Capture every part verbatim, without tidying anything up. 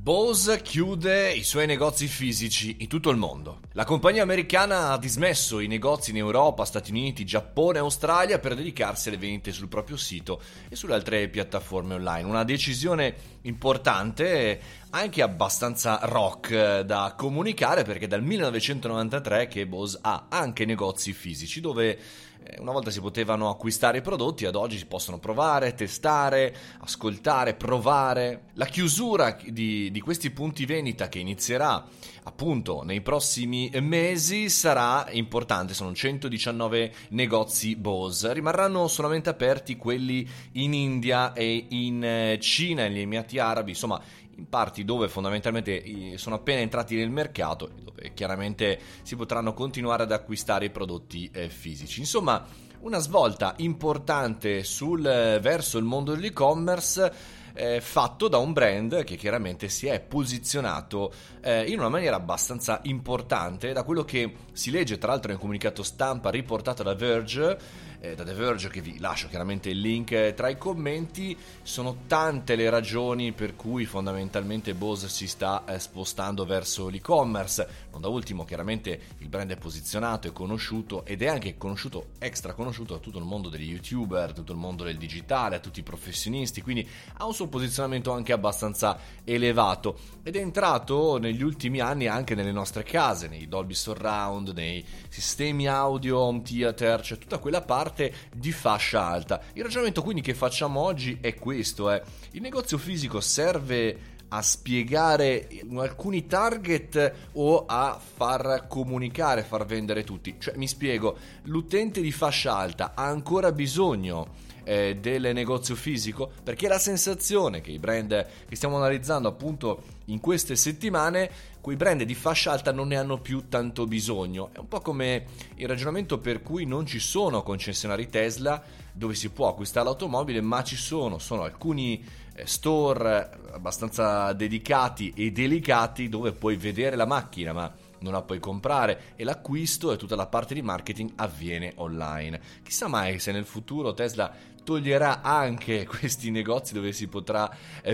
Bose chiude i suoi negozi fisici in tutto il mondo. La compagnia americana ha dismesso i negozi in Europa, Stati Uniti, Giappone e Australia per dedicarsi alle vendite sul proprio sito e sulle altre piattaforme online. Una decisione importante, anche abbastanza rock da comunicare, perché dal millenovecentonovantatré che Bose ha anche negozi fisici dove una volta si potevano acquistare i prodotti, ad oggi si possono provare, testare, ascoltare, provare. La chiusura di, di questi punti vendita, che inizierà appunto nei prossimi mesi, sarà importante. Sono centodiciannove negozi Bose. Rimarranno solamente aperti quelli in India e in Cina e negli Emirati Arabi, insomma in parti dove fondamentalmente sono appena entrati nel mercato e dove chiaramente si potranno continuare ad acquistare i prodotti eh, fisici. Insomma, una svolta importante sul eh, verso il mondo dell'e-commerce, eh, fatto da un brand che chiaramente si è posizionato eh, in una maniera abbastanza importante. Da quello che si legge tra l'altro nel comunicato stampa riportato da Verge, da The Verge, che vi lascio chiaramente il link tra i commenti, sono tante le ragioni per cui fondamentalmente Bose si sta eh, spostando verso l'e-commerce. Non da ultimo, chiaramente il brand è posizionato, è conosciuto ed è anche conosciuto, extra conosciuto a tutto il mondo degli youtuber, a tutto il mondo del digitale, a tutti i professionisti, quindi ha un suo posizionamento anche abbastanza elevato ed è entrato negli ultimi anni anche nelle nostre case, nei Dolby Surround, nei sistemi audio, home theater, cioè tutta quella parte di fascia alta. Il ragionamento quindi che facciamo oggi è questo: è il negozio fisico serve a spiegare alcuni target o a far comunicare, far vendere tutti? Cioè, mi spiego, l'utente di fascia alta ha ancora bisogno eh, del negozio fisico? Perché la sensazione che i brand che stiamo analizzando appunto in queste settimane, quei brand di fascia alta non ne hanno più tanto bisogno. È un po' come il ragionamento per cui non ci sono concessionari Tesla dove si può acquistare l'automobile, ma ci sono, sono alcuni store abbastanza dedicati e delicati dove puoi vedere la macchina ma non la puoi comprare, e l'acquisto e tutta la parte di marketing avviene online. Chissà mai se nel futuro Tesla toglierà anche questi negozi dove si potrà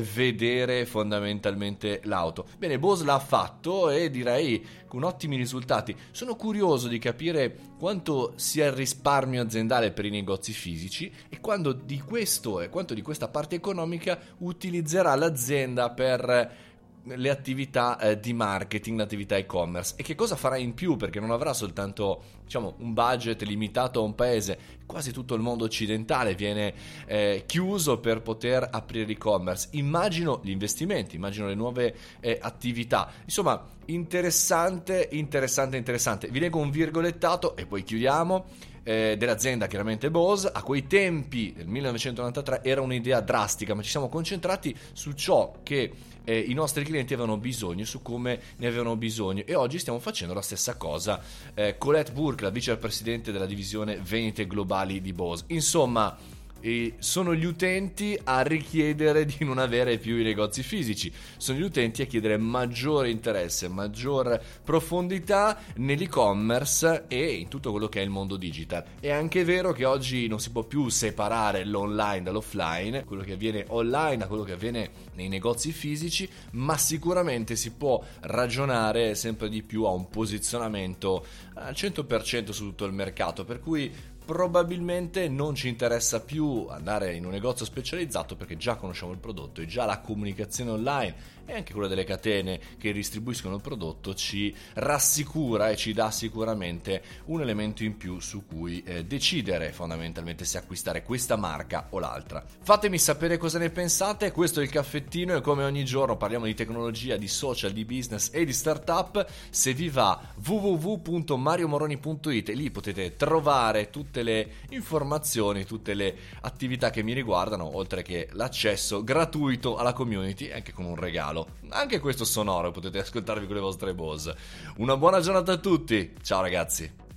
vedere fondamentalmente l'auto. Bene, Bose l'ha fatto e direi con ottimi risultati. Sono curioso di capire quanto sia il risparmio aziendale per i negozi fisici e quando di questo e quanto di questa parte economica utilizzerà l'azienda per le attività eh, di marketing, l'attività e-commerce, e che cosa farà in più, perché non avrà soltanto, diciamo, un budget limitato a un paese. Quasi tutto il mondo occidentale viene eh, chiuso per poter aprire l'e-commerce. Immagino gli investimenti, immagino le nuove eh, attività. Insomma, interessante, interessante, interessante. Vi leggo un virgolettato e poi chiudiamo. Eh, dell'azienda chiaramente Bose. A quei tempi del millenovecentonovantatré era un'idea drastica, ma ci siamo concentrati su ciò che eh, i nostri clienti avevano bisogno, su come ne avevano bisogno, e oggi stiamo facendo la stessa cosa. eh, Colette Burke, la vicepresidente della divisione vendite globali di Bose. Insomma, e sono gli utenti a richiedere di non avere più i negozi fisici, sono gli utenti a chiedere maggiore interesse, maggior profondità nell'e-commerce e in tutto quello che è il mondo digital. È anche vero che oggi non si può più separare l'online dall'offline, quello che avviene online da quello che avviene nei negozi fisici, ma sicuramente si può ragionare sempre di più a un posizionamento al cento per cento su tutto il mercato, per cui probabilmente non ci interessa più andare in un negozio specializzato, perché già conosciamo il prodotto e già la comunicazione online e anche quella delle catene che distribuiscono il prodotto ci rassicura e ci dà sicuramente un elemento in più su cui eh, decidere fondamentalmente se acquistare questa marca o l'altra. Fatemi sapere cosa ne pensate. Questo è il caffettino e come ogni giorno parliamo di tecnologia, di social, di business e di startup. Se vi va, w w w punto mario moroni punto it, e lì potete trovare tutte le informazioni, tutte le attività che mi riguardano, oltre che l'accesso gratuito alla community, anche con un regalo, anche questo sonoro, potete ascoltarvi con le vostre Bose. Una buona giornata a tutti, ciao ragazzi.